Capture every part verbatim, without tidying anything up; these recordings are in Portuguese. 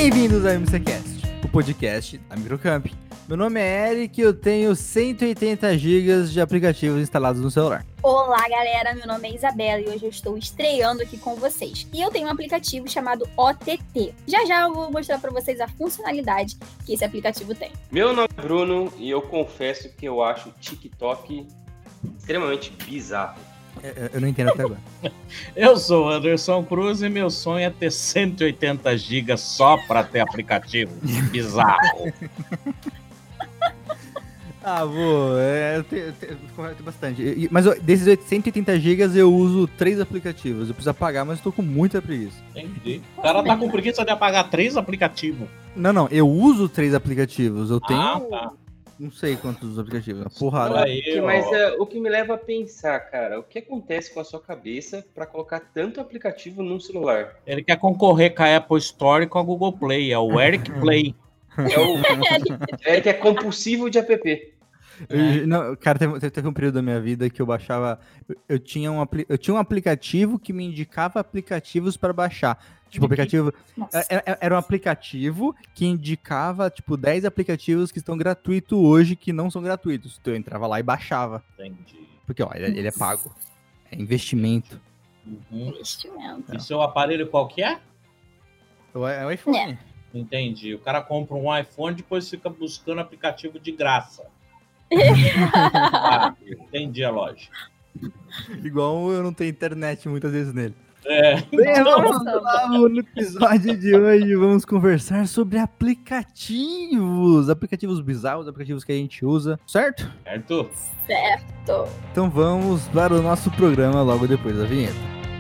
Bem-vindos ao MCCast, o podcast da Microcamp. Meu nome é Eric e eu tenho cento e oitenta gigas de aplicativos instalados no celular. Olá, galera. Meu nome é Isabela e hoje eu estou estreando aqui com vocês. E eu tenho um aplicativo chamado O T T. Já já eu vou mostrar para vocês a funcionalidade que esse aplicativo tem. Meu nome é Bruno e eu confesso que eu acho o TikTok extremamente bizarro. Eu, eu não entendo até agora. Eu sou Anderson Cruz e meu sonho é ter cento e oitenta gigas só para ter aplicativo bizarro. Ah, vou. É, eu tenho, eu tenho, eu tenho bastante. Mas desses cento e oitenta gigas eu uso três aplicativos. Eu preciso apagar, mas eu tô com muita preguiça. Entendi. O cara tá com preguiça de apagar três aplicativos. Não, não. Eu uso três aplicativos. Eu tenho. Ah, tá. Não sei quantos aplicativos. Uma porrada. Aí, mas é, o que me leva a pensar, cara, o que acontece com a sua cabeça pra colocar tanto aplicativo num celular? Ele quer concorrer com a Apple Store e com a Google Play. É o Eric Play. É o Eric é compulsivo de app. Eu, não, cara, teve, teve um período da minha vida que eu baixava. Eu, eu, tinha um, eu tinha um aplicativo que me indicava aplicativos para baixar. Tipo, aplicativo. Era, era um aplicativo que indicava, tipo, dez aplicativos que estão gratuitos hoje que não são gratuitos. Então eu entrava lá e baixava. Entendi. Porque, ó, ele, ele é pago. É investimento. Uhum. Investimento. E seu aparelho qual que é? É o iPhone. É. Entendi. O cara compra um iPhone e depois fica buscando aplicativo de graça. Ah, entendi a lógica. Igual eu não tenho internet muitas vezes nele. É. Bem, vamos lá, no episódio de hoje vamos conversar sobre aplicativos. Aplicativos bizarros, aplicativos que a gente usa, certo? Certo? Certo. Então vamos para o nosso programa logo depois da vinheta.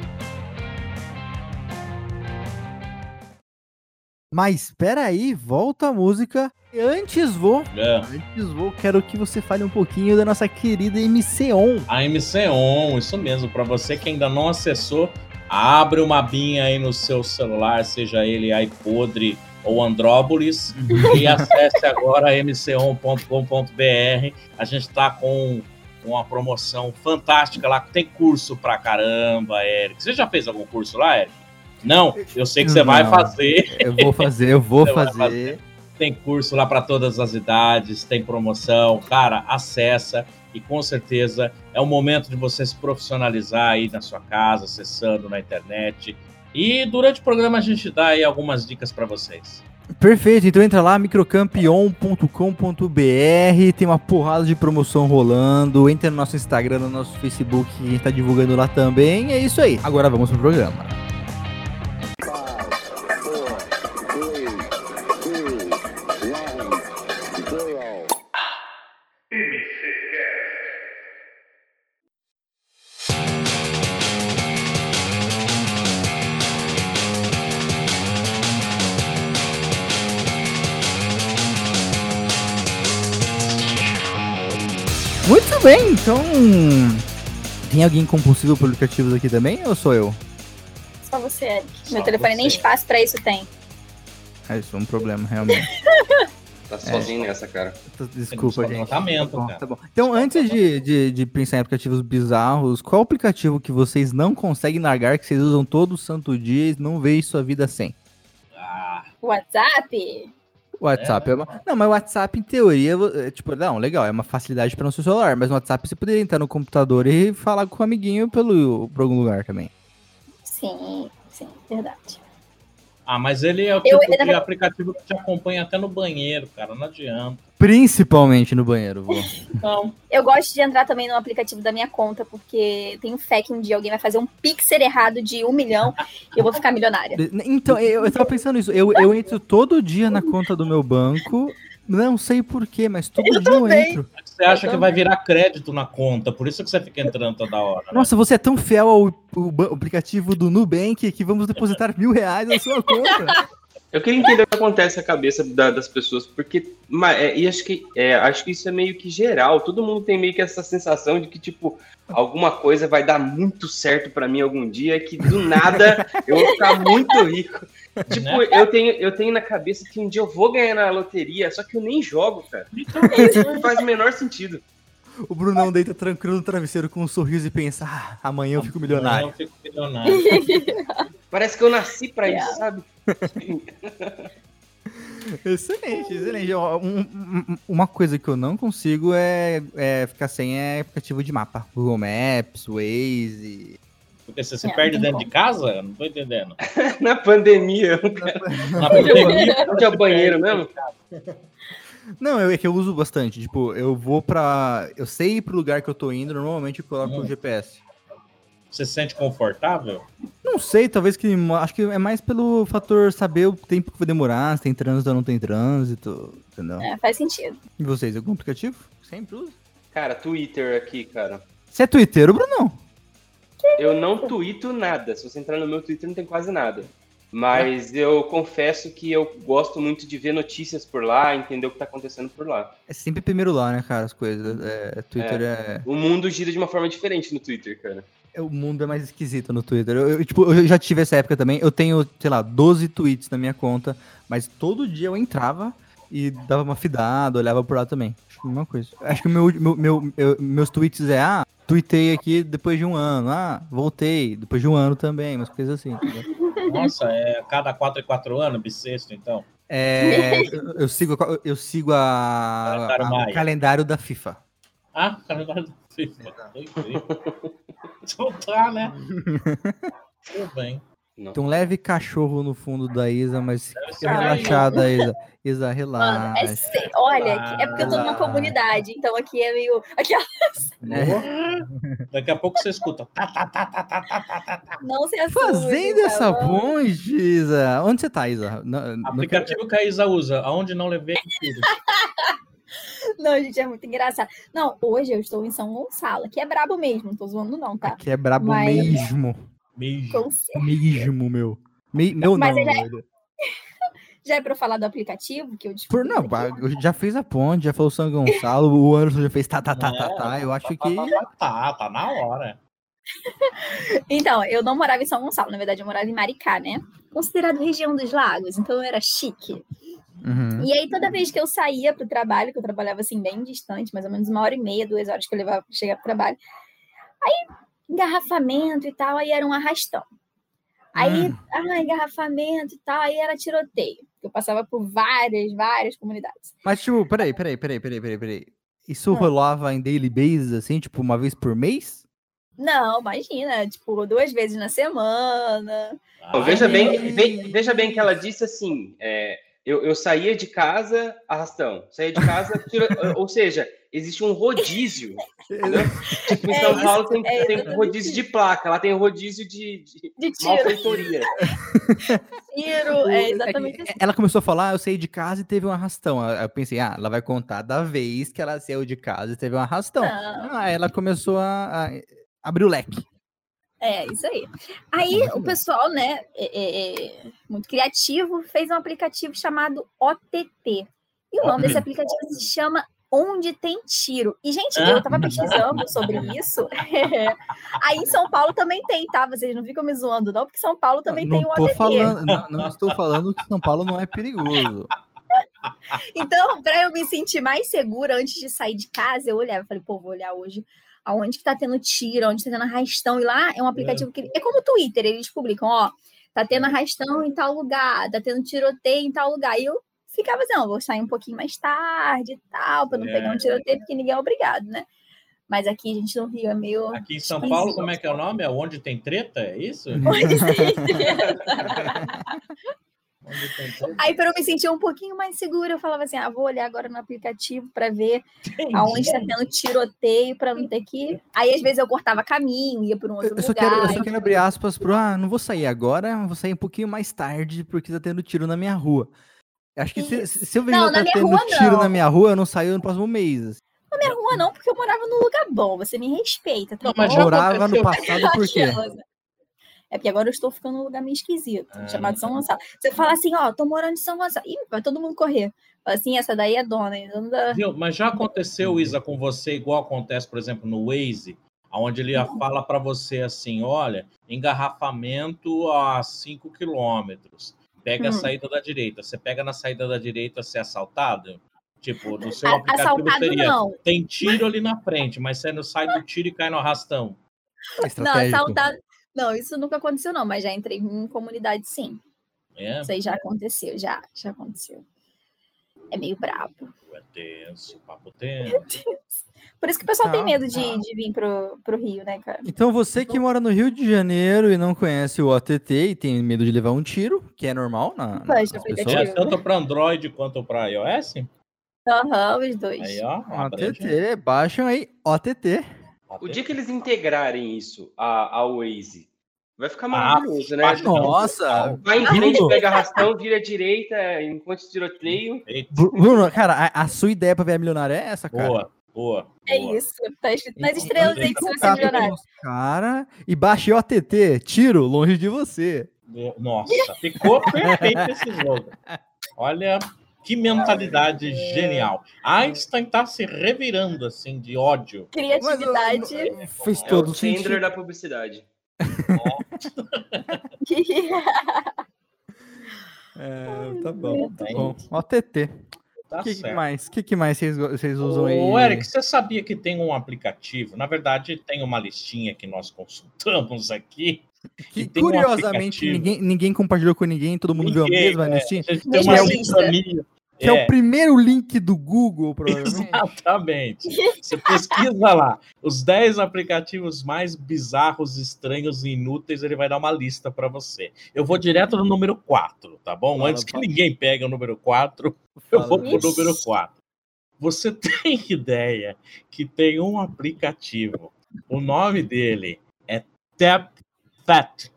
Mas espera aí, volta a música. Antes vou, É. antes vou, quero que você fale um pouquinho da nossa querida M C On. A M C On, isso mesmo. Para você que ainda não acessou, abre uma abinha aí no seu celular, seja ele iPodre ou Andrópolis, e acesse agora m c on ponto com ponto b r. A gente tá com uma promoção fantástica lá, tem curso pra caramba, Eric. Você já fez algum curso lá, Eric? Não? Eu sei que você Não, vai fazer. Eu vou fazer, eu vou Você vai fazer. fazer. Tem curso lá para todas as idades, tem promoção. Cara, acessa e com certeza é o momento de você se profissionalizar aí na sua casa, acessando na internet. E durante o programa a gente dá aí algumas dicas para vocês. Perfeito, então entra lá, microcampion ponto com ponto b r, tem uma porrada de promoção rolando, entra no nosso Instagram, no nosso Facebook, que a gente tá divulgando lá também, é isso aí. Agora vamos pro programa. Muito bem, então... Tem alguém compulsivo por aplicativos aqui também, ou sou eu? Só você, Eric. Só Meu telefone você. nem espaço pra isso tem. Ah, isso é um problema, realmente. Tá sozinho nessa, cara. Desculpa, Tem que buscar gente. tratamento, Tá bom, cara. tá bom. Então, antes de, de, de pensar em aplicativos bizarros, qual aplicativo que vocês não conseguem largar, que vocês usam todo santo dia e não veem sua vida sem? Ah, WhatsApp? WhatsApp é, uma... Não, mas o WhatsApp, em teoria, é, tipo, não, legal, é uma facilidade para o seu celular, mas no WhatsApp você poderia entrar no computador e falar com o amiguinho pelo, por algum lugar também. Sim, sim, verdade. ah, mas ele é o Eu- tipo eu- de aplicativo que te acompanha até no banheiro, cara, não adianta. Principalmente no banheiro, vô. Então, Eu gosto de entrar também no aplicativo da minha conta, porque tenho fé que um dia alguém vai fazer um pixel errado de um milhão e eu vou ficar milionária. Então, eu, eu tava pensando isso, eu, eu entro todo dia na conta do meu banco, não sei porquê, mas todo Eu dia eu também. entro. você acha que vai virar crédito na conta, por isso que você fica entrando toda hora. Né? Nossa, você é tão fiel ao, ao ba- aplicativo do Nubank que vamos depositar mil reais na sua conta. Eu queria entender o que acontece na cabeça da- das pessoas, porque ma- é, e acho que, é, acho que isso é meio que geral. Todo mundo tem meio que essa sensação de que, tipo, alguma coisa vai dar muito certo pra mim algum dia, que do nada eu vou ficar muito rico. Tipo, Né? eu tenho, eu tenho na cabeça que um dia eu vou ganhar na loteria, só que eu nem jogo, cara. Não faz o menor sentido. O Brunão deita tranquilo no travesseiro com um sorriso e pensa, ah, amanhã eu fico milionário. Eu fico milionário. Parece que eu nasci pra isso, sabe? Excelente, excelente. Um, um, uma coisa que eu não consigo é, é ficar sem é aplicativo de mapa. Google Maps, Waze. Porque você se é, perde dentro como. de casa? Não tô entendendo. Na pandemia. Na pandemia. Onde é o banheiro mesmo? Não, é que eu uso bastante. Tipo, eu vou pra... Eu sei ir pro lugar que eu tô indo, normalmente eu coloco hum. o G P S. Você se sente confortável? Não sei, talvez que... Acho que é mais pelo fator saber o tempo que vai demorar, se tem trânsito ou não tem trânsito, entendeu? É, faz sentido. E vocês, algum aplicativo? Sempre usa? Cara, Twitter aqui, cara. Você é twitteiro, Brunão? Eu não tuito nada. Se você entrar no meu Twitter, não tem quase nada. Mas é. eu confesso que eu gosto muito de ver notícias por lá, entender o que tá acontecendo por lá. É sempre primeiro lá, né, cara, as coisas. É, Twitter é... é... O mundo gira de uma forma diferente no Twitter, cara. O mundo é mais esquisito no Twitter. Eu, eu, tipo, eu já tive essa época também. Eu tenho, sei lá, doze tweets na minha conta, mas todo dia eu entrava e dava uma fidada, olhava por lá também. Acho que é a mesma coisa. Acho que o meu, meu, meu, eu, meus tweets é, ah, tuitei aqui depois de um ano. Ah, voltei depois de um ano também, umas coisas assim. Entendeu? Nossa, é cada quatro e quatro anos, bissexto, então? É, eu, eu sigo, eu sigo a, calendário, a, a, o calendário da FIFA. Ah, calendário da FIFA. Então tá, né? Tudo bem. Não. Tem um leve cachorro no fundo da Isa, mas fica relaxada, Isa. Isa, relaxa. Mano, é se... Olha, ah, é porque eu tô numa comunidade, então aqui é meio... Aqui, é. Daqui a pouco você escuta. Tá, tá, tá, tá, tá, tá, tá, tá. Não se assuste. Fazendo essa ponte, Isa. Onde você tá, Isa? No, aplicativo no... que a Isa usa, aonde não levei tudo. Não, gente, é muito engraçado. Não, hoje eu estou em São Gonçalo, que é brabo mesmo, não tô zoando não, tá? Que é brabo mas... mesmo. Mesmo. Mesmo, meu. Me... Meu mas não. Já... já é pra eu falar do aplicativo que eu descobri? Por, não, eu já fez a ponte, já falou São Gonçalo, o Anderson já fez tá, tá, tá, tá, tá. Eu acho que... Tá, tá na hora. Então, eu não morava em São Gonçalo, na verdade eu morava em Maricá, né? Considerado região dos lagos, então eu era chique. Uhum. E aí, toda vez que eu saía pro trabalho, que eu trabalhava assim bem distante, mais ou menos uma hora e meia, duas horas que eu levava pra chegar pro trabalho, aí, engarrafamento e tal, aí era um arrastão. Aí, hum. ah, engarrafamento e tal, aí era tiroteio. Eu passava por várias, várias comunidades. Mas, tipo, peraí, peraí, peraí, peraí, peraí, peraí. Isso hum. rolava em daily basis, assim, tipo, uma vez por mês? Não, imagina, tipo, duas vezes na semana. Ah, veja, bem, veja bem que ela disse assim, é, eu, eu saía de casa, arrastão, saía de casa, tiro, ou seja, existe um rodízio. Tipo, em é São isso, Paulo tem, é tem rodízio de placa, lá tem rodízio de, de, de tiro. malfeitoria. Tiro, é exatamente assim. Ela começou a falar, eu saí de casa e teve um arrastão. Eu pensei, ah, ela vai contar da vez que ela saiu de casa e teve um arrastão. Não. Ah, ela começou a, a abrir o leque. É, isso aí. Aí muito o pessoal, né, é, é, é, muito criativo, fez um aplicativo chamado O T T. E o nome desse aplicativo se chama Onde Tem Tiro. E, gente, eu tava pesquisando sobre isso. Aí em São Paulo também tem, tá? Vocês não ficam me zoando, não, porque São Paulo também não, tem o tô O T T. Falando, não, não estou falando que São Paulo não é perigoso. Então, para eu me sentir mais segura antes de sair de casa, eu olhava e falei, pô, vou olhar hoje aonde que tá tendo tiro, onde tá tendo arrastão. E lá é um aplicativo é. que... É como o Twitter, eles publicam, ó, tá tendo arrastão em tal lugar, tá tendo tiroteio em tal lugar. E eu ficava assim, não, vou sair um pouquinho mais tarde e tal, pra não é. pegar um tiroteio, porque ninguém é obrigado, né? Mas aqui a gente no Rio é meio... Aqui em São Paulo, como é que é o nome? É Onde Tem Treta? É isso? Onde tem treta. Aí, para eu me sentir um pouquinho mais segura, eu falava assim, ah, vou olhar agora no aplicativo para ver Entendi. aonde está tendo tiroteio, para não ter que... Aí, às vezes, eu cortava caminho, ia para um outro eu só lugar. Quero, eu só quero abrir aspas pro, ah, não vou sair agora, vou sair um pouquinho mais tarde, porque tá tendo tiro na minha rua. Acho que se, se eu vejo que tá tendo rua, tiro não. na minha rua, eu não saio no próximo mês. Na minha rua não, porque eu morava num lugar bom, você me respeita. Tá não, mas já morava aconteceu. No passado por quê? É porque agora eu estou ficando num lugar meio esquisito, ah, chamado São Gonçalo. Você fala assim, ó, tô morando em São Gonçalo. Ih, vai todo mundo correr. Fala assim, essa daí é dona. Anda... Viu? Mas já aconteceu, Isa, com você, igual acontece, por exemplo, no Waze, onde ele uhum. fala para você assim, olha, engarrafamento a cinco quilômetros. Pega uhum. a saída da direita. Você pega na saída da direita, você é assaltado? Tipo, no seu a, aplicativo assaltado, seria, não. Tem tiro ali na frente, mas você não sai do tiro e cai no arrastão. Não, assaltado... Não, isso nunca aconteceu, não, mas já entrei em comunidade, sim. É? Isso aí já aconteceu, já, já aconteceu. É meio brabo. É tenso, papo tenso. Por isso que o pessoal Tá. tem medo de, de vir pro, pro Rio, né, cara? Então você que mora no Rio de Janeiro e não conhece o O T T e tem medo de levar um tiro, que é normal na, na, Baixa nas o É, pessoas. tanto para Android quanto para iOS? Aham, os dois. Aí, ó, O abrange. T T, baixam aí O T T. O dia que eles integrarem isso a- ao Waze, vai ficar Ah, maravilhoso, né? acho que não. Nossa, Vai em frente, Bruno. pega arrastão, vira à direita, enquanto tiroteio. Perfeito. Bru- Bruno, cara, a, a sua ideia pra ver a milionária é essa, cara? Boa, boa. É boa. isso. Tá escrito nas Então, estrelas tem aí que você vai ser Contato com milionário. os cara e baixe O T T, tiro longe de você. Nossa, ficou perfeito esse jogo. Olha que mentalidade genial. Einstein tá se revirando assim de ódio. Criatividade. Mas, uh, fez É o todo Sandler sentido. da publicidade. É, tá bom, tá Bem, bom. O T T. tá O que, que certo. mais? O que, que mais vocês, vocês usam aí? Ô, Eric, você sabia que tem um aplicativo? Na verdade, tem uma listinha que nós consultamos aqui. Que, e tem um curiosamente, aplicativo. ninguém, ninguém compartilhou com ninguém, todo mundo viu a Ninguém, mesma é, listinha. a gente tem Mesma uma lista. litania. Que é. o primeiro link do Google, provavelmente. Exatamente. Você pesquisa lá os dez aplicativos mais bizarros, estranhos e inúteis, ele vai dar uma lista para você. Eu vou direto no número quatro, tá bom? Fala, Antes que fala. ninguém pegue o número quatro, eu vou Fala. pro número quatro. Você tem ideia que tem um aplicativo, o nome dele é TapFat.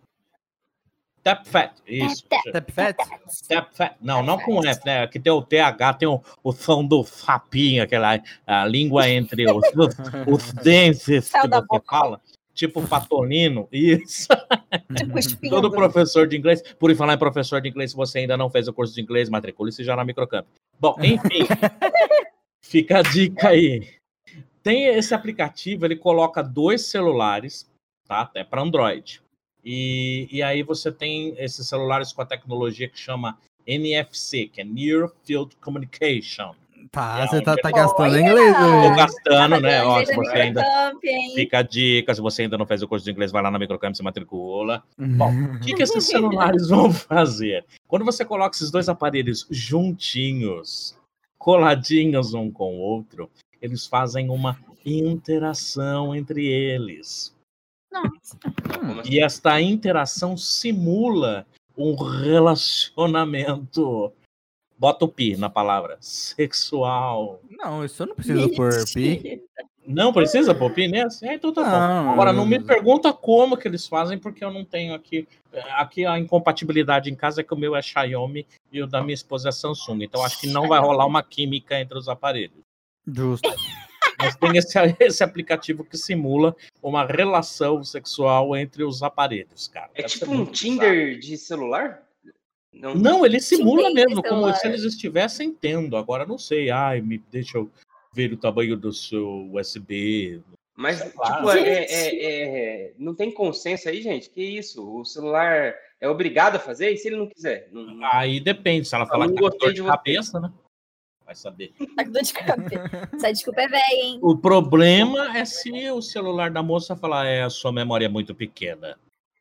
TapFat, isso. TapFat? TapFat. Não, não com F, né? Aqui tem o T H, tem o, o som do sapinho, aquela a língua entre os, os, os dentes Céu que da você boca. fala. Tipo patolino, isso. Tipo, espinho. Todo professor de inglês. Por falar em professor de inglês, se você ainda não fez o curso de inglês, matricule-se já na Microcamp. Bom, enfim, fica a dica aí. Tem esse aplicativo, ele coloca dois celulares, tá? Até para Android. E, e aí você tem esses celulares com a tecnologia que chama N F C, que é Near Field Communication. Tá, É você tá, onde tá ele- gastando Olha! inglês Tô hoje. gastando, né? Ó, se Inglês você é ainda... Microcamp, hein? Fica a dica, se você ainda não fez o curso de inglês, vai lá na Microcamp, se matricula. Bom, o que, que esses celulares vão fazer? Quando você coloca esses dois aparelhos juntinhos, coladinhos um com o outro, eles fazem uma interação entre eles. Nossa. Como assim? E esta interação simula um relacionamento, bota o pi na palavra, sexual. Não, isso eu não preciso pôr pi. Mentira. Não precisa pôr pi nesse? É, então tá Não, bom. Agora, não me eu- pergunta como que eles fazem, porque eu não tenho aqui... Aqui a incompatibilidade em casa é que o meu é Xiaomi e o da minha esposa é Samsung. Então acho que não vai rolar uma química entre os aparelhos. Justo. Mas tem esse, esse aplicativo que simula uma relação sexual entre os aparelhos, cara. É Deve tipo ser um muito Tinder de celular? Não. Não, ele simula Tinder de mesmo, como celular. se eles estivessem tendo. Agora, não sei. Ai, me deixa eu ver o tamanho do seu U S B. Mas, Sei lá. tipo, é, é- é- não tem consenso aí, gente? Que isso? O celular é obrigado a fazer? E se ele não quiser? Não- não- Aí depende. Se ela falar não que tá com gostei dor de de você. cabeça, né? Vai saber. Tá com dor de cabeça. Essa desculpa é velha, hein? O problema é se o celular da moça falar é, a sua memória é muito pequena.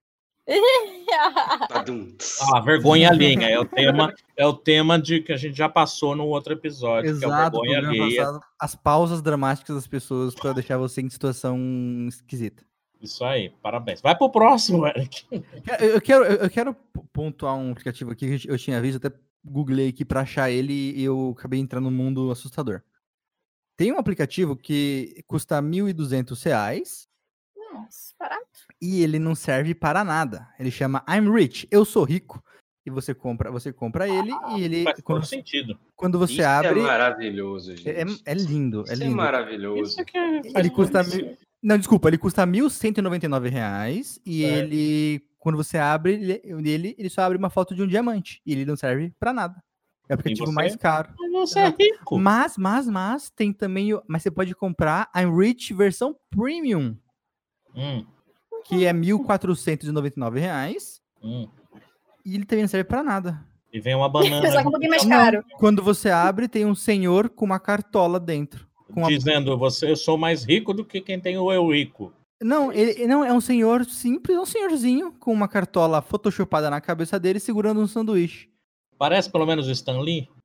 Badum. Ah, vergonha alheia. É o tema, é o tema de que a gente já passou no outro episódio, que é o Exato, o vergonha programa alheia. passado, as pausas dramáticas das pessoas pra deixar você em situação esquisita. Isso aí, parabéns. Vai pro próximo, Eric. Eu eu quero, eu quero pontuar um aplicativo aqui que eu tinha visto, até googlei aqui pra achar ele e eu acabei entrando num mundo assustador. Tem um aplicativo que custa mil e duzentos reais Nossa, barato. e ele não serve para nada. Ele chama I'm Rich, eu sou rico. E você compra, você compra ele e ele Faz todo quando, sentido. quando você Isso abre é maravilhoso, gente. é, é lindo, é Isso é lindo. maravilhoso. Isso aqui é... Ele custa mil... Não, desculpa, ele custa mil cento e noventa e nove reais e Certo. ele, quando você abre ele, ele, ele só abre uma foto de um diamante e ele não serve pra nada. É o aplicativo você? mais caro. Mas você é rico. Mas, mas, mas, tem também, o- mas você pode comprar a Rich versão Premium, Hum, que é mil quatrocentos e noventa e nove reais hum. e ele também não serve pra nada. E vem uma banana. Só que um pouquinho mais Não, caro. Quando você abre, tem um senhor com uma cartola dentro. Com a- Dizendo, você, eu sou mais rico do que quem tem o eu rico. Não, ele não é um senhor simples, é um senhorzinho com uma cartola photoshopada na cabeça dele segurando um sanduíche. Parece pelo menos o Stan Lee.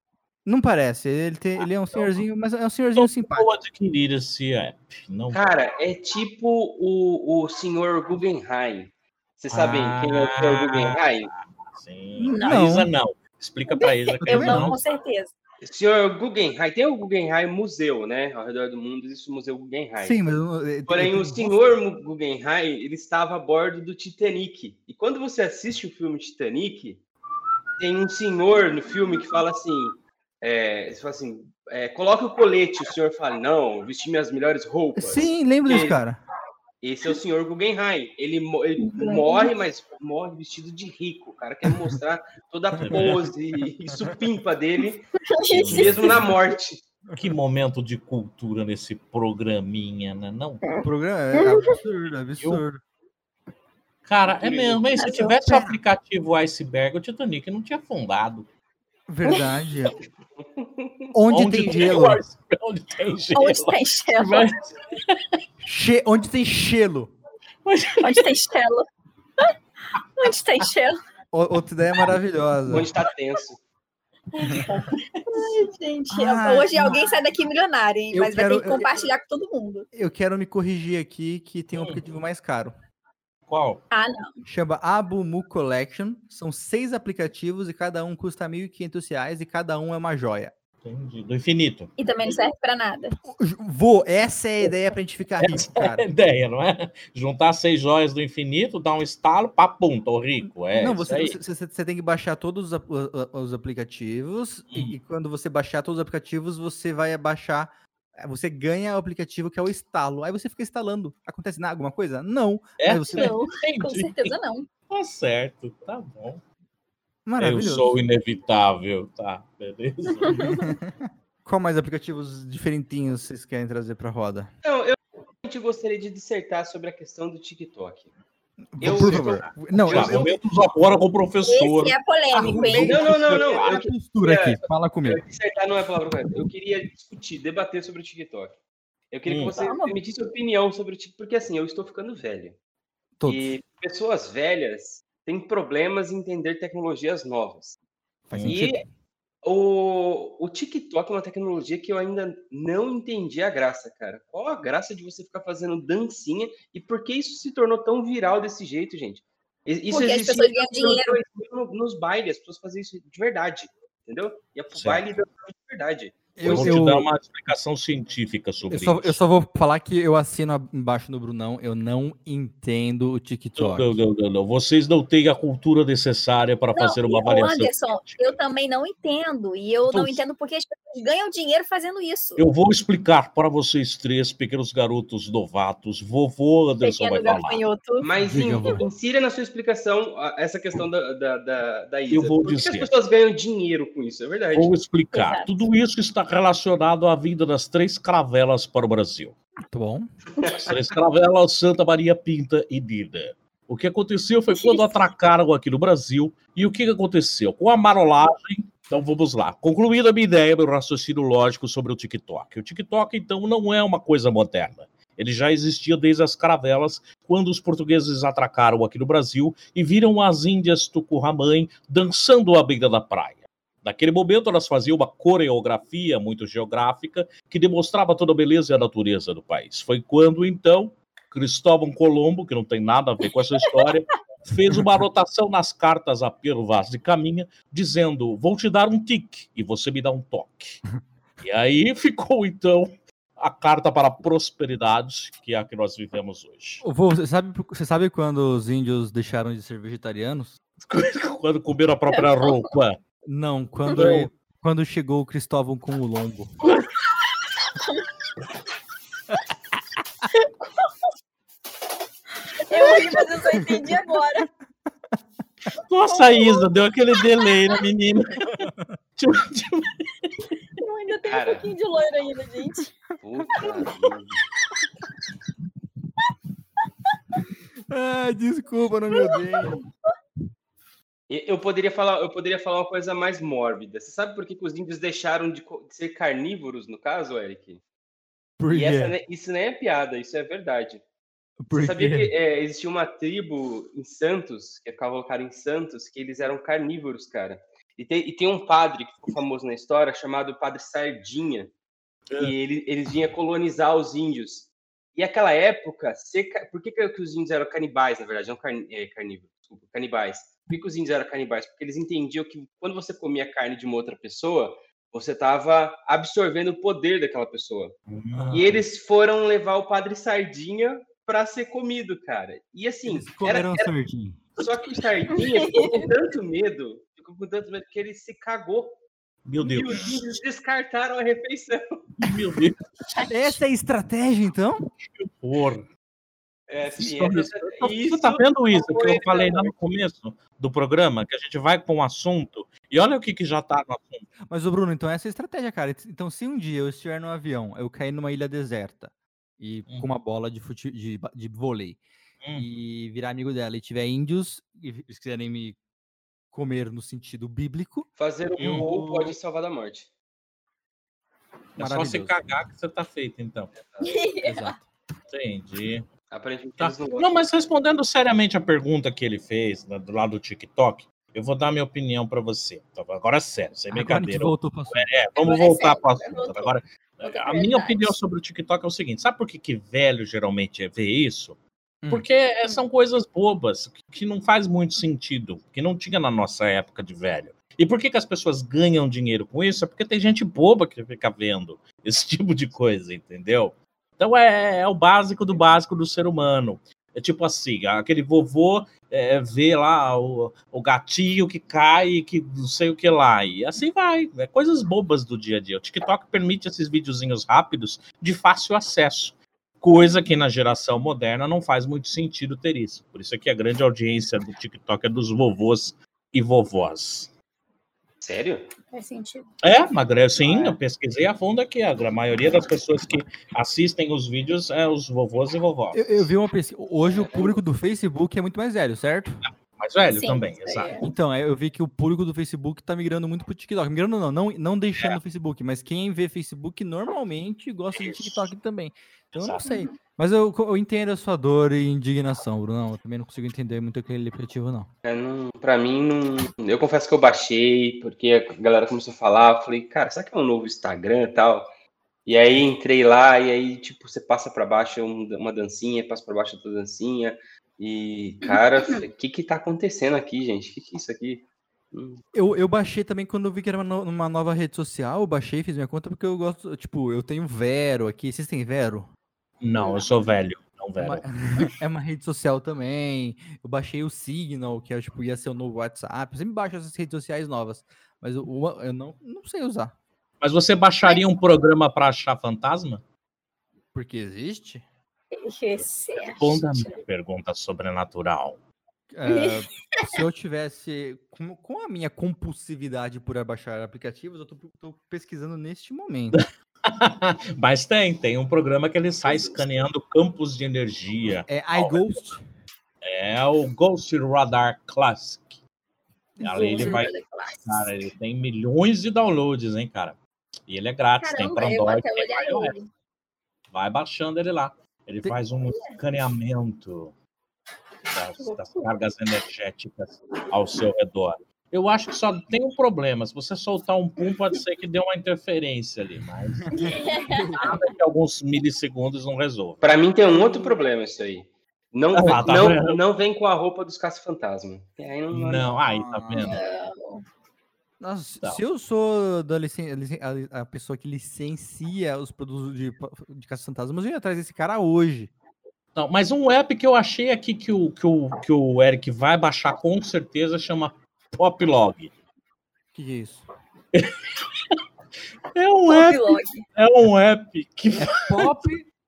Não parece. Ele, tem, ele é um senhorzinho, mas é um senhorzinho simpático. Vou adquirir esse app. Não Cara, é tipo o, o senhor Guggenheim. Vocês sabem ah, quem é o senhor Guggenheim? Sim. Não. A Isa não. Explica pra Isa que Eu Isa não, não. com certeza. O senhor Guggenheim, tem o Guggenheim Museu, né? Ao redor do mundo existe o Museu Guggenheim. Sim, mas... eu- Porém, eu- o senhor Guggenheim, ele estava a bordo do Titanic. E quando você assiste o filme Titanic, tem um senhor no filme que fala assim, é, ele fala assim, é, coloque o colete. O senhor fala, não, vesti minhas melhores roupas. Sim, lembro desse cara. Esse é o senhor Guggenheim. Ele, ele morre, mas morre vestido de rico. O cara quer mostrar toda a pose e supimpa dele, mesmo na morte. Que momento de cultura nesse programinha, né? Não. O programa é absurdo, absurdo. Cara, é mesmo, hein? Se tivesse o aplicativo Iceberg, o Titanic não tinha afundado. Verdade. Onde, onde tem gelo? Onde tem gelo? Onde tem gelo? Mas... Che... Onde tem gelo? Onde tem gelo? Onde tem gelo? Outra ideia maravilhosa. Onde tá tenso. Ai, gente. Ah, hoje não. alguém sai daqui milionário, hein? Mas quero, vai ter que compartilhar eu, com todo mundo. Eu quero me corrigir aqui que tem um hum. aplicativo mais caro. Qual? Ah, não. Chama Abumu Collection. São seis aplicativos e cada um custa mil e quinhentos reais e cada um é uma joia. Entendi. Do infinito. E também não serve pra nada. Vô, essa é a ideia pra gente ficar rico, essa cara. É a ideia, não é? Juntar seis joias do infinito, dar um estalo, papum, tô rico. É, não, você, você, você tem que baixar todos os, os aplicativos hum. e, e quando você baixar todos os aplicativos, você vai baixar, você ganha o aplicativo que é o estalo. Aí você fica instalando. Acontece nada, alguma coisa? Não. É? Mas você... Não, com certeza não. Tá certo, tá bom. Maravilhoso. Eu sou inevitável, tá, beleza? Qual mais aplicativos diferentinhos vocês querem trazer pra roda? Não, eu realmente gostaria de dissertar sobre a questão do TikTok. Eu, Por favor. Não, eu, eu... Momentos agora com o professor. Esse é polêmico, hein? Não, não, não, não. Eu postura aqui, fala comigo. Dissertar não é a palavra correta. Eu queria discutir, debater sobre o TikTok. Eu queria hum. que você Vamos. emitisse opinião sobre o TikTok, porque assim, eu estou ficando velho. Todos. E pessoas velhas têm problemas em entender tecnologias novas. Faz e sentido. O, o TikTok é uma tecnologia que eu ainda não entendi a graça, cara. Qual a graça de você ficar fazendo dancinha e por que isso se tornou tão viral desse jeito, gente? Isso Porque as pessoas ganham dinheiro. No, nos bailes, as pessoas fazem isso de verdade, entendeu? E é pro certo. baile de verdade. Eu vou eu, te dar uma explicação científica sobre eu só, isso. Eu só vou falar que eu assino embaixo do Brunão, eu não entendo o TikTok. Não, não, não, não. Vocês não têm a cultura necessária para não, fazer uma avaliação. Anderson, eu também não entendo. E eu então, não entendo porque as pessoas ganham dinheiro fazendo isso. Eu vou explicar para vocês três, pequenos garotos novatos. Vovô Anderson Pequeno vai falar. Gafanhoto. Mas Diga, in, insira na sua explicação essa questão da, da, da, da Isa. Eu vou Por que dizer. as pessoas ganham dinheiro com isso? É verdade. Vou explicar. Exato. Tudo isso está relacionado à vinda das três caravelas para o Brasil. Tá bom. As três caravelas, Santa Maria, Pinta e Nina. O que aconteceu foi quando atracaram aqui no Brasil. E o que aconteceu? Com a marolagem... Então vamos lá. Concluída a minha ideia, meu raciocínio lógico sobre o TikTok. O TikTok, então, não é uma coisa moderna. Ele já existia desde as caravelas, quando os portugueses atracaram aqui no Brasil e viram as índias Tucurramã dançando à beira da praia. Naquele momento, elas faziam uma coreografia muito geográfica que demonstrava toda a beleza e a natureza do país. Foi quando, então, Cristóvão Colombo, que não tem nada a ver com essa história, fez uma anotação nas cartas a Pedro Vaz de Caminha, dizendo, vou te dar um tique e você me dá um toque. E aí ficou, então, a carta para a prosperidade, que é a que nós vivemos hoje. Vô, você sabe, você sabe quando os índios deixaram de ser vegetarianos? Quando comeram a própria roupa. Não, quando, Não. quando chegou o Cristóvão com o lombo. Eu ri, mas eu só entendi agora. Nossa, Isa, deu aquele delay na menina. Eu ainda tenho Cara. um pouquinho de loiro ainda, gente. Puta Ah, desculpa, não me odeio. Eu poderia falar, eu poderia falar uma coisa mais mórbida. Você sabe por que, que os índios deixaram de, de ser carnívoros, no caso, Eric? Por E quê? essa, isso nem é piada, isso é verdade. Por Você sabia quê? que é, existia uma tribo em Santos, que é colocada em Santos, que eles eram carnívoros, cara. E tem, e tem um padre que ficou famoso na história, chamado Padre Sardinha, é. e ele, eles vinham colonizar os índios. E aquela época, seca... por que, que os índios eram canibais, na verdade? Não carn... é, carnívoros, desculpa, canibais. Por que, que os índios eram canibais? Porque eles entendiam que quando você comia carne de uma outra pessoa, você estava absorvendo o poder daquela pessoa. Uhum. E eles foram levar o Padre Sardinha para ser comido, cara. E assim... Eles comeram era, era... sardinha. Só que o Sardinha ficou com tanto medo, ficou com tanto medo que ele se cagou. Meu Deus. E os índios descartaram a refeição. Meu Deus. Essa é a estratégia, então? Que horror. É, sim, é, é, isso, você tá vendo isso que eu falei lá no começo do programa, que a gente vai com um assunto e olha o que, que já tá no assunto. Mas, ô Bruno, então essa é a estratégia, cara. Então, se um dia eu estiver no avião, eu cair numa ilha deserta e hum. com uma bola de, fute... de, de vôlei hum. e virar amigo dela e tiver índios e eles quiserem me comer no sentido bíblico... Fazer o eu... gol pode salvar da morte. É só você cagar que você tá feito, então. Exato. Entendi. Aparentemente tá. não, não, mas respondendo seriamente a pergunta que ele fez do lado do TikTok, eu vou dar minha opinião para você. Agora, sério, sem brincadeira. Voltou pro é, vamos Agora voltar é para o assunto. Agora, a minha opinião sobre o TikTok é o seguinte: sabe por que, que velho geralmente vê isso? Hum. Porque são coisas bobas, que não faz muito sentido, que não tinha na nossa época de velho. E por que, que as pessoas ganham dinheiro com isso? É porque tem gente boba que fica vendo esse tipo de coisa, entendeu? Então é, é o básico do básico do ser humano. É tipo assim, aquele vovô é, vê lá o, o gatinho que cai, que não sei o que lá. E assim vai. É coisas bobas do dia a dia. O TikTok permite esses videozinhos rápidos de fácil acesso. Coisa que na geração moderna não faz muito sentido ter isso. Por isso é que a grande audiência do TikTok é dos vovôs e vovós. Sério? Faz sentido. É, Magre, sim, ah, é. Eu pesquisei a fundo aqui. A maioria das pessoas que assistem os vídeos é os vovôs e vovós. Eu, eu vi uma pesquisa. Hoje o público do Facebook é muito mais velho, certo? Mais velho sim, também, sim. exato. Então, eu vi que o público do Facebook tá migrando muito pro TikTok. Migrando não, não, não deixando é. o Facebook, mas quem vê Facebook normalmente gosta Isso. de TikTok também. Então exato. Eu não sei. Mas eu, eu entendo a sua dor e indignação, Bruno. Eu também não consigo entender muito aquele aplicativo, não. É, não pra mim, não... eu confesso que eu baixei, porque a galera começou a falar, eu falei, cara, será que é um novo Instagram e tal? E aí entrei lá, e aí, tipo, você passa pra baixo uma dancinha, passa pra baixo outra dancinha, e, cara, o que que tá acontecendo aqui, gente? O que que é isso aqui? Hum. Eu, eu baixei também quando eu vi que era uma, uma nova rede social, eu baixei, fiz minha conta, porque eu gosto, tipo, eu tenho Vero aqui, vocês têm Vero? Não, eu sou velho. Não, velho. É uma, é uma rede social também. Eu baixei o Signal, que é, tipo, ia ser o novo WhatsApp. Eu sempre baixo essas redes sociais novas, mas eu, eu não, não sei usar. Mas você baixaria um programa para achar fantasma? Porque existe? Responda a minha pergunta sobrenatural. É, se eu tivesse, com, com a minha compulsividade por baixar aplicativos, eu tô, tô pesquisando neste momento. Mas tem, tem um programa que ele sai escaneando campos de energia. É iGhost? É o Ghost Radar Classic. Ali ele vai. Cara, ele tem milhões de downloads, hein, cara? E ele é grátis, Caramba, tem para Android. Tem pra iOS. Vai baixando ele lá. Ele tem... faz um escaneamento das, das cargas energéticas ao seu redor. Eu acho que só tem um problema. Se você soltar um pum, pode ser que dê uma interferência ali, mas nada que alguns milissegundos não resolve. Para mim tem um outro problema isso aí. Não, ah, tá não, não vem com a roupa dos caça-fantasma. Não, não, aí tá vendo? Nossa, não. Se eu sou da licen... a, a pessoa que licencia os produtos de, de caça-fantasmas, eu ia atrás desse cara hoje. Não, mas um app que eu achei aqui que o, que o, que o Eric vai baixar com certeza chama Poplog. O que, que é isso? É um app. É um app que é pop.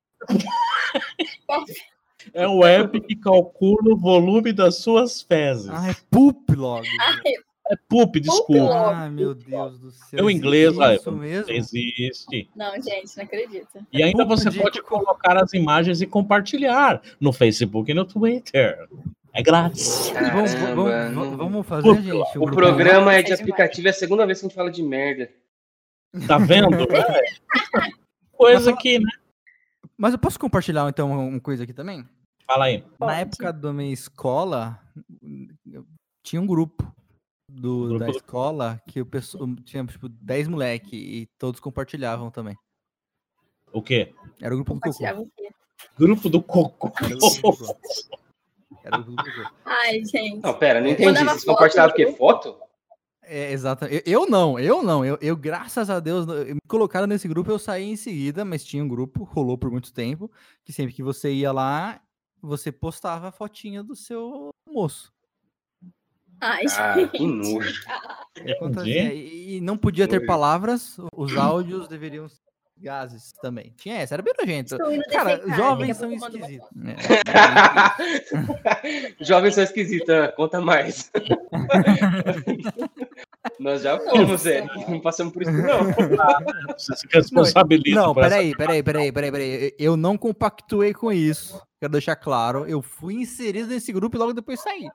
É um app que calcula o volume das suas fezes. Ah, é Poplog. É poop, desculpa. Ah, meu Deus do céu. Meu inglês, isso mesmo? Existe. Não, gente, não acredito. E ainda você pode colocar as imagens e compartilhar no Facebook e no Twitter. É grátis. Caramba, vamos, vamos, vamos fazer, Puta, gente. O, o programa é de aplicativo, é a segunda vez que a gente fala de merda. Tá vendo? É. Coisa aqui, né? Mas eu posso compartilhar, então, uma coisa aqui também? Fala aí. Na época da minha escola, tinha um grupo do, Grupo da do- escola que o pessoal tinha, tipo, dez moleque e todos compartilhavam também. O quê? Era o grupo do cocô. Compartilhava o quê? Grupo do Cocô. Era o grupo do cocô. Era o grupo do cocô. Ai, gente. Não, pera, não É, entendi. mandava Vocês foto compartilhavam o no quê? Foto? É, exato. Eu, eu não, eu não. Eu, eu, graças a Deus, eu- me colocaram nesse grupo, eu saí em seguida, mas tinha um grupo, rolou por muito tempo, que sempre que você ia lá, você postava a fotinha do seu almoço. Ai, Ah, que gente. nojo. E acontecia- E, e não podia ter Nojo. palavras, os áudios deveriam ser gases também. Tinha essa, era bem nojento. Estou indo Cara, defecar, jovens daqui a são pouco eu mando uma esquisitos. É, Jovens são esquisitos, ah, conta mais. Nós já fomos, Nossa. é. Não passamos por isso, não. Você se responsabiliza Não, por essa... peraí, peraí, peraí, peraí, peraí. Eu não compactuei com isso. Quero deixar claro. Eu fui inserido nesse grupo e logo depois saí.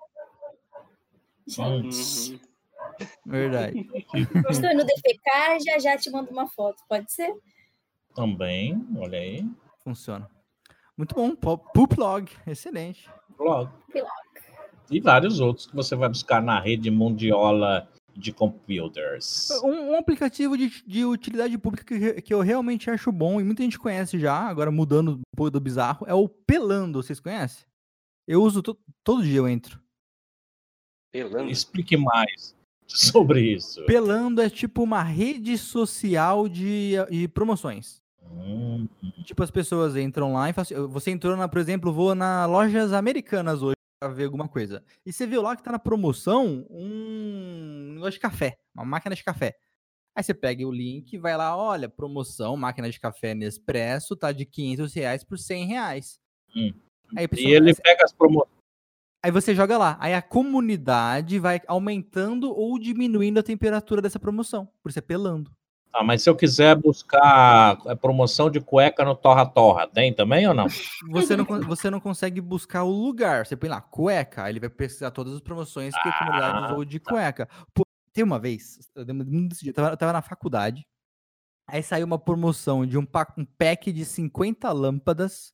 Hum, Uhum. Verdade. Estou indo defecar, já já te mando uma foto, pode ser? Também, olha aí. Funciona. Muito bom. Poop log. Excelente. Blog. Blog. E vários outros que você vai buscar na rede mundiola de computers. Um, um aplicativo de, de utilidade pública que, que eu realmente acho bom e muita gente conhece já, agora mudando um pouco do bizarro, é o Pelando. Vocês conhecem? Eu uso to, todo dia, eu entro. Pelando. Explique mais sobre isso. Pelando é tipo uma rede social de, de promoções. Hum, Tipo, as pessoas entram lá e falam assim, você entrou, na, por exemplo, vou na Lojas Americanas hoje pra ver alguma coisa. E você viu lá que tá na promoção um negócio de café, uma máquina de café. Aí você pega o link e vai lá, olha, promoção, máquina de café Nespresso, tá de quinhentos reais por cem reais. Hum. Aí, a pessoa- e ele pega as promoções. aí você joga lá. Aí a comunidade vai aumentando ou diminuindo a temperatura dessa promoção. Por isso é pelando. Ah, mas se eu quiser buscar a promoção de cueca no Torra Torra, tem também ou não? Você não, con- você não consegue buscar o lugar. Você põe lá, cueca, aí ele vai pesquisar todas as promoções que a comunidade Ah, usou de cueca. Pô, tem uma vez, eu lembro desse dia, eu tava, eu tava na faculdade, aí saiu uma promoção de um, pa- um pack de cinquenta lâmpadas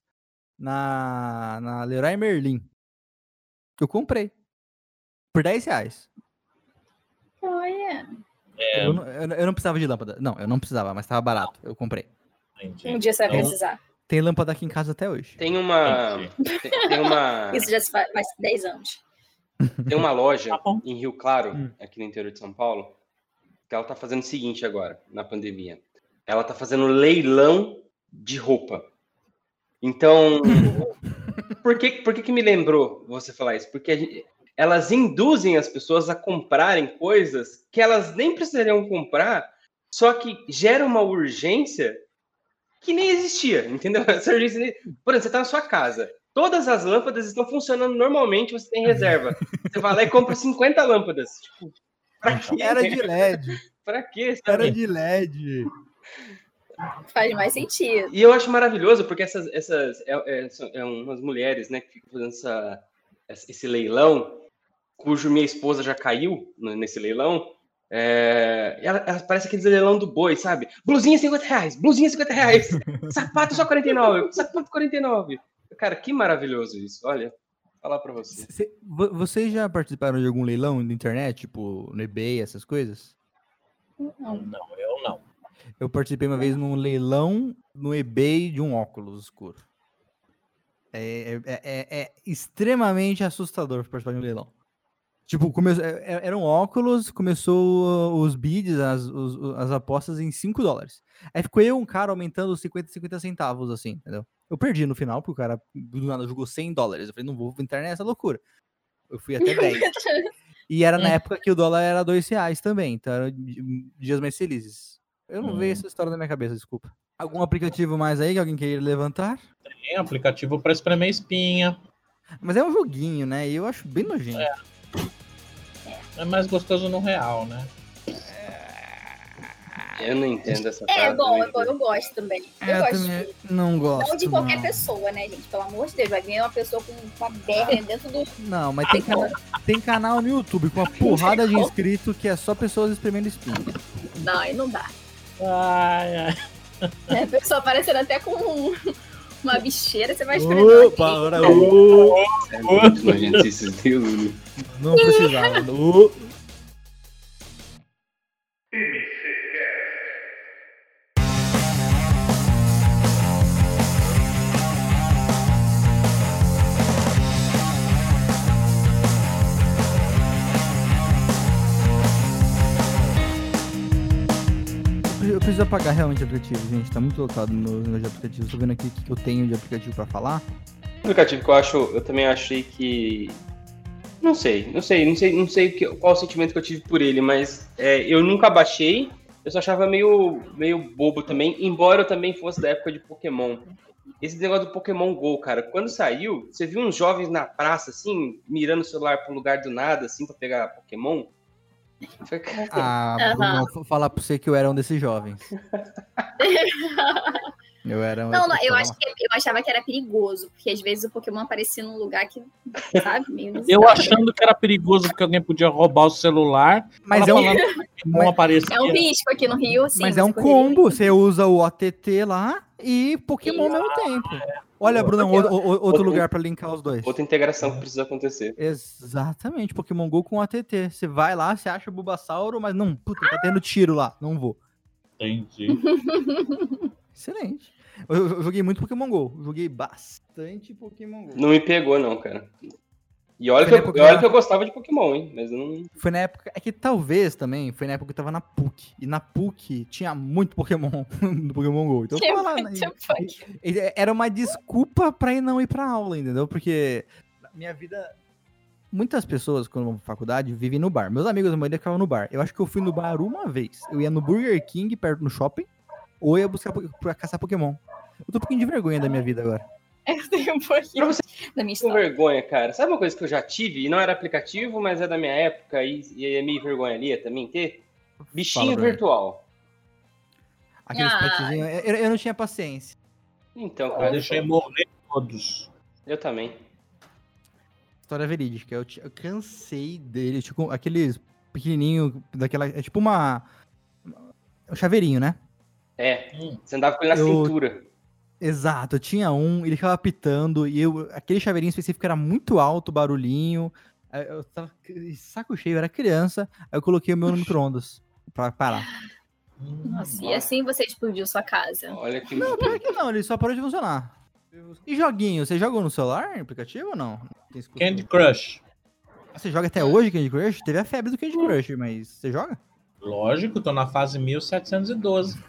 na, na Leroy Merlin. Que eu comprei. Por dez reais. Olha. É, Eu, não, eu, não- eu não precisava de lâmpada. Não, eu não precisava, mas tava barato. Eu comprei. entendi. Um dia você vai Então, precisar. Tem lâmpada aqui em casa até hoje. Tem uma. Tem, tem uma. Isso já se faz, faz dez anos. Tem uma loja Tá bom. em Rio Claro, Hum. aqui no interior de São Paulo, que ela tá fazendo o seguinte agora, na pandemia. Ela tá fazendo leilão de roupa. Então, por que, por que que me lembrou você falar isso? Porque a gente- elas induzem as pessoas a comprarem coisas que elas nem precisariam comprar, só que gera uma urgência que nem existia, entendeu? Essa urgência nem... Por exemplo, você tá na sua casa, todas as lâmpadas estão funcionando normalmente, você tem reserva. Você vai lá e compra cinquenta lâmpadas. Tipo, pra quê? Era de L E D. Pra quê? Sabe? Era de L E D. Faz mais sentido. E eu acho maravilhoso, porque essas, essas é, é, são é umas mulheres, né, que ficam fazendo essa, esse leilão, cujo minha esposa já caiu no- nesse leilão. É, ela, ela parece aquele leilão do boi, sabe? Blusinha cinquenta reais, blusinha cinquenta reais, sapato só quarenta e nove, sapato quarenta e nove. Cara, que maravilhoso isso, olha, vou falar pra você. Cê- vo- vocês já participaram de algum leilão na internet, tipo no eBay, essas coisas? Não. Não, eu não. Eu participei uma vez num leilão no eBay de um óculos escuro. É, é- é- é extremamente assustador participar de um leilão. Tipo, come... é- é- era um óculos, começou uh, os bids, as, os- as apostas em cinco dólares. Aí ficou eu, um cara, aumentando os cinquenta, cinquenta centavos, assim, entendeu? Eu perdi no final, porque o cara do nada jogou cem dólares. Eu falei, não vou entrar nessa loucura. Eu fui até dez. E era na época que o dólar era dois reais também, então eram di- dias mais felizes. Eu não Hum. vejo essa história na minha cabeça, desculpa. Algum aplicativo mais aí que alguém queira levantar? Tem aplicativo para espremer espinha. Mas é um joguinho, né? E eu acho bem nojento. É mais gostoso no real, né? Eu não entendo essa É parada bom, também. é bom, eu gosto também. Eu É, eu gosto também de não gosto. não de qualquer não. pessoa, né, gente? Pelo amor de Deus, vai vir uma pessoa com uma berra dentro do. Não, mas tem, cana... tem canal no YouTube com uma porrada de inscritos que é só pessoas espremendo espinho. Não, aí não dá. Ai, ai. É, a pessoa aparecendo até com um- uma bicheira, você vai escrever. Opa, ora, ô, É muito nojento esses deuses. não precisava. Ô. preciso apagar realmente o aplicativo, gente. Tá muito lotado no meu de aplicativo. Tô vendo aqui o que eu tenho de aplicativo pra falar. O aplicativo que eu acho, eu também achei que... Não sei, não sei, não sei, não sei que, qual o sentimento que eu tive por ele, mas é, eu nunca baixei, eu só achava meio, meio bobo também, embora eu também fosse da época de Pokémon. Esse negócio do Pokémon Go, cara, quando saiu, você viu uns jovens na praça, assim, mirando o celular pro lugar do nada, assim, pra pegar Pokémon? Foi, cara... Ah, Bruno, vou falar pra você que eu era um desses jovens. Eu era um... Não, não, eu, acho que, eu achava que era perigoso, porque às vezes o Pokémon aparecia num lugar que, sabe, meio eu achando que era perigoso porque alguém podia roubar o celular. Mas é um, mas, aparecia. É um risco aqui no Rio, sim. Mas é um combo, você usa o O T T lá e Pokémon ao mesmo tempo. Olha, Bruno, outro, outro lugar pra linkar os dois. Outra integração que precisa acontecer. Exatamente, Pokémon Go com O T T. Você vai lá, você acha o Bulbasauro, mas não, puta, tá tendo tiro lá, não vou. Entendi. Excelente. Eu, eu joguei muito Pokémon Go, joguei bastante Pokémon Go. Não me pegou não, cara. E olha, que eu, olha na... que eu gostava de Pokémon, hein, mas eu não... Foi na época, é que talvez também, foi na época que eu tava na P U C, e na P U C tinha muito Pokémon no Pokémon Go, então eu tava lá, e, e, era uma desculpa pra ir não ir pra aula, entendeu? Porque minha vida, muitas pessoas quando vão pra faculdade vivem no bar, meus amigos da maioria ficavam no bar, eu acho que eu fui no bar uma vez, eu ia no Burger King perto no shopping, ou ia buscar pra caçar Pokémon. Eu tô um pouquinho de vergonha da minha vida agora. Eu tenho um pouquinho pra você da minha história. Com vergonha, cara. Sabe uma coisa que eu já tive, e não era aplicativo, mas é da minha época, e, e é meio vergonha ali também ter? Bichinho virtual. Aqueles ah. petzinhos, eu, eu não tinha paciência. Então, cara. Eu deixei morrer todos. Eu também. História verídica. Eu, eu cansei dele. Tipo, aqueles pequenininho, daquela... É tipo uma... Um chaveirinho, né? É, você andava com ele na eu... cintura. Exato, eu tinha um, ele ficava pitando, e eu, aquele chaveirinho específico era muito alto, barulhinho, eu tava saco cheio, eu era criança, aí eu coloquei o meu no micro-ondas pra parar. Nossa, e assim você explodiu sua casa. Olha que... Não, pior que não, ele só parou de funcionar. E joguinho, você joga no celular, no aplicativo ou não? Candy Crush. Você joga até hoje Candy Crush? Teve a febre do Candy Crush, mas você joga? Lógico, tô na fase mil setecentos e doze.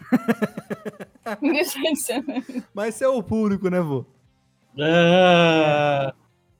Mas você é o público, né, vô? Ah.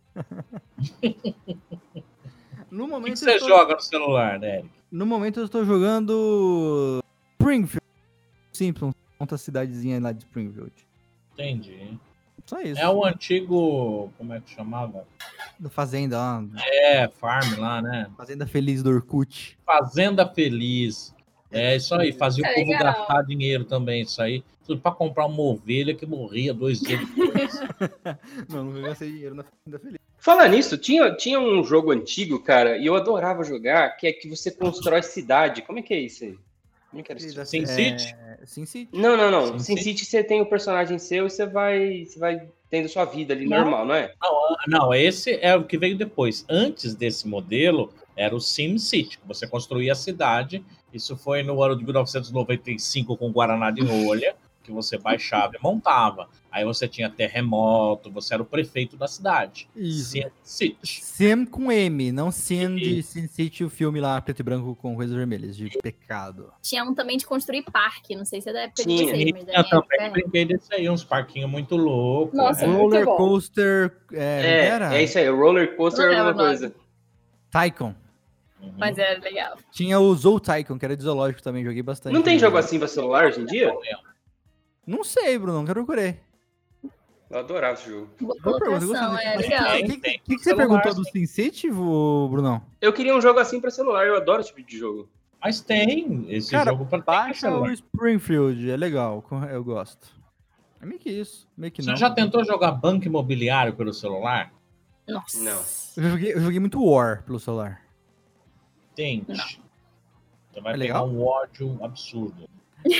No momento o que você tô... joga no celular, né, Eric? No momento eu estou jogando Springfield. Simpsons, outra cidadezinha lá de Springfield. Entendi. Só isso. É o antigo... Como é que chamava? Do Fazenda lá. É, Farm lá, né? Fazenda Feliz do Orkut. Fazenda Feliz. É isso aí, fazia é o povo legal. Gastar dinheiro também, isso aí. Tudo pra comprar uma ovelha que morria dois dias depois. Não, não gastei dinheiro na Fazenda Feliz. Falar nisso, tinha, tinha um jogo antigo, cara, e eu adorava jogar, que é que você constrói cidade. Como é que é isso aí? Como é que era isso? Sin City? É... Sin City? Não, não, não. Sin, Sin City. City você tem o personagem seu e você vai, você vai tendo sua vida ali, não. normal, não é? Não, não, esse é o que veio depois. Antes desse modelo, era o Sim City, que você construía a cidade. Isso foi no ano de mil novecentos e noventa e cinco com Guaraná de rolha, que você baixava e montava. Aí você tinha terremoto, você era o prefeito da cidade. Isso. Sim City. Sim com M, não Sim de Sin City, o filme lá, preto e branco com coisas vermelhas, de pecado. Tinha um também de construir parque, não sei se é da época de Tinha, vocês, mas eu também é. brinquei desse aí, uns parquinhos muito loucos. Nossa, é. muito Roller bom. Coaster, é, é, era? É isso aí, Roller Coaster é uma coisa. Tycoon. Uhum. Mas era legal. Tinha o Zoo Tycoon, que era de zoológico também, joguei bastante. Não tem jogo assim pra celular hoje em dia? Não sei, Bruno, nunca procurei. Eu adorava esse jogo. Colocação, é legal. O que, que, que, que você perguntou do Sin City, Brunão? Eu queria um jogo assim pra celular, eu adoro esse tipo de jogo. Mas tem esse Cara, jogo pra baixa o Springfield, é legal, eu gosto. É meio que isso, meio que você não. Você já tentou jogar Banco Imobiliário pelo celular? Nossa. Não. Eu joguei, eu joguei muito War pelo celular. Tente. Não. Você vai É pegar legal? um ódio absurdo.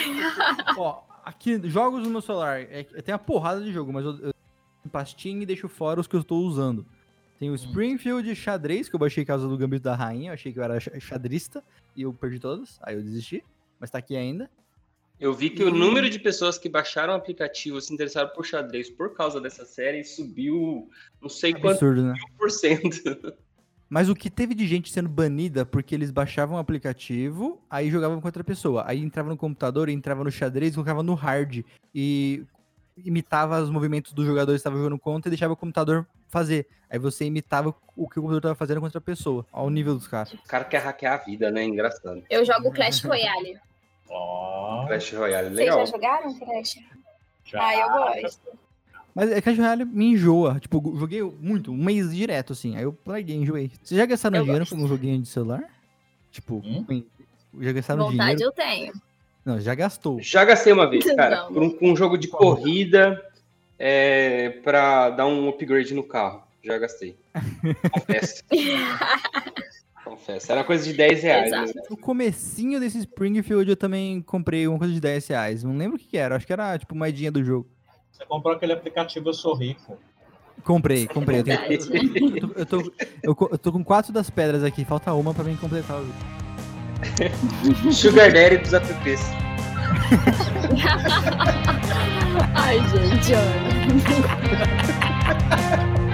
Ó, aqui, jogos no meu celular, é, tem uma porrada de jogo, mas eu, eu pastinho e deixo fora os que eu estou usando. Tem o Springfield xadrez, que eu baixei por causa do Gambito da Rainha, eu achei que eu era xadrista, e eu perdi todos, aí eu desisti, mas tá aqui ainda. Eu vi que e... o número de pessoas que baixaram o aplicativo se interessaram por xadrez por causa dessa série subiu não sei Absurdo, quanto né? mil por cento. Mas o que teve de gente sendo banida porque eles baixavam o aplicativo, aí jogavam com outra pessoa. Aí entrava no computador, entrava no xadrez, colocava no hard e imitava os movimentos dos jogadores que estavam jogando contra e deixava o computador fazer. Aí você imitava o que o computador estava fazendo contra a pessoa. Ao nível dos caras. O cara quer hackear a vida, né? Engraçado. Eu jogo Clash Royale. Oh. Clash Royale, legal. Vocês já jogaram Clash? Já. Ah, eu gosto. Mas é que a Clash Royale me enjoa. Tipo, joguei muito, um mês direto, assim. Aí eu larguei, enjoei. Vocês já gastaram eu dinheiro gosto. com um joguinho de celular? Tipo, hum? já gastaram Vontade dinheiro? eu tenho. Não, já gastou. Já gastei uma vez, cara. Não. Por um, com um jogo de corrida é, pra dar um upgrade no carro. Já gastei. Confesso. Confesso. Era coisa de dez reais. Né? No comecinho desse Springfield eu também comprei uma coisa de dez reais. Não lembro o que, que era. Acho que era tipo moedinha do jogo. Você comprou aquele aplicativo Eu Sou Rico. Comprei, comprei. Eu, tenho, eu, tô, eu, tô, eu, tô, eu tô com quatro das pedras aqui. Falta uma pra mim completar o jogo. Sugar Daddy dos apps. Ai, gente, olha.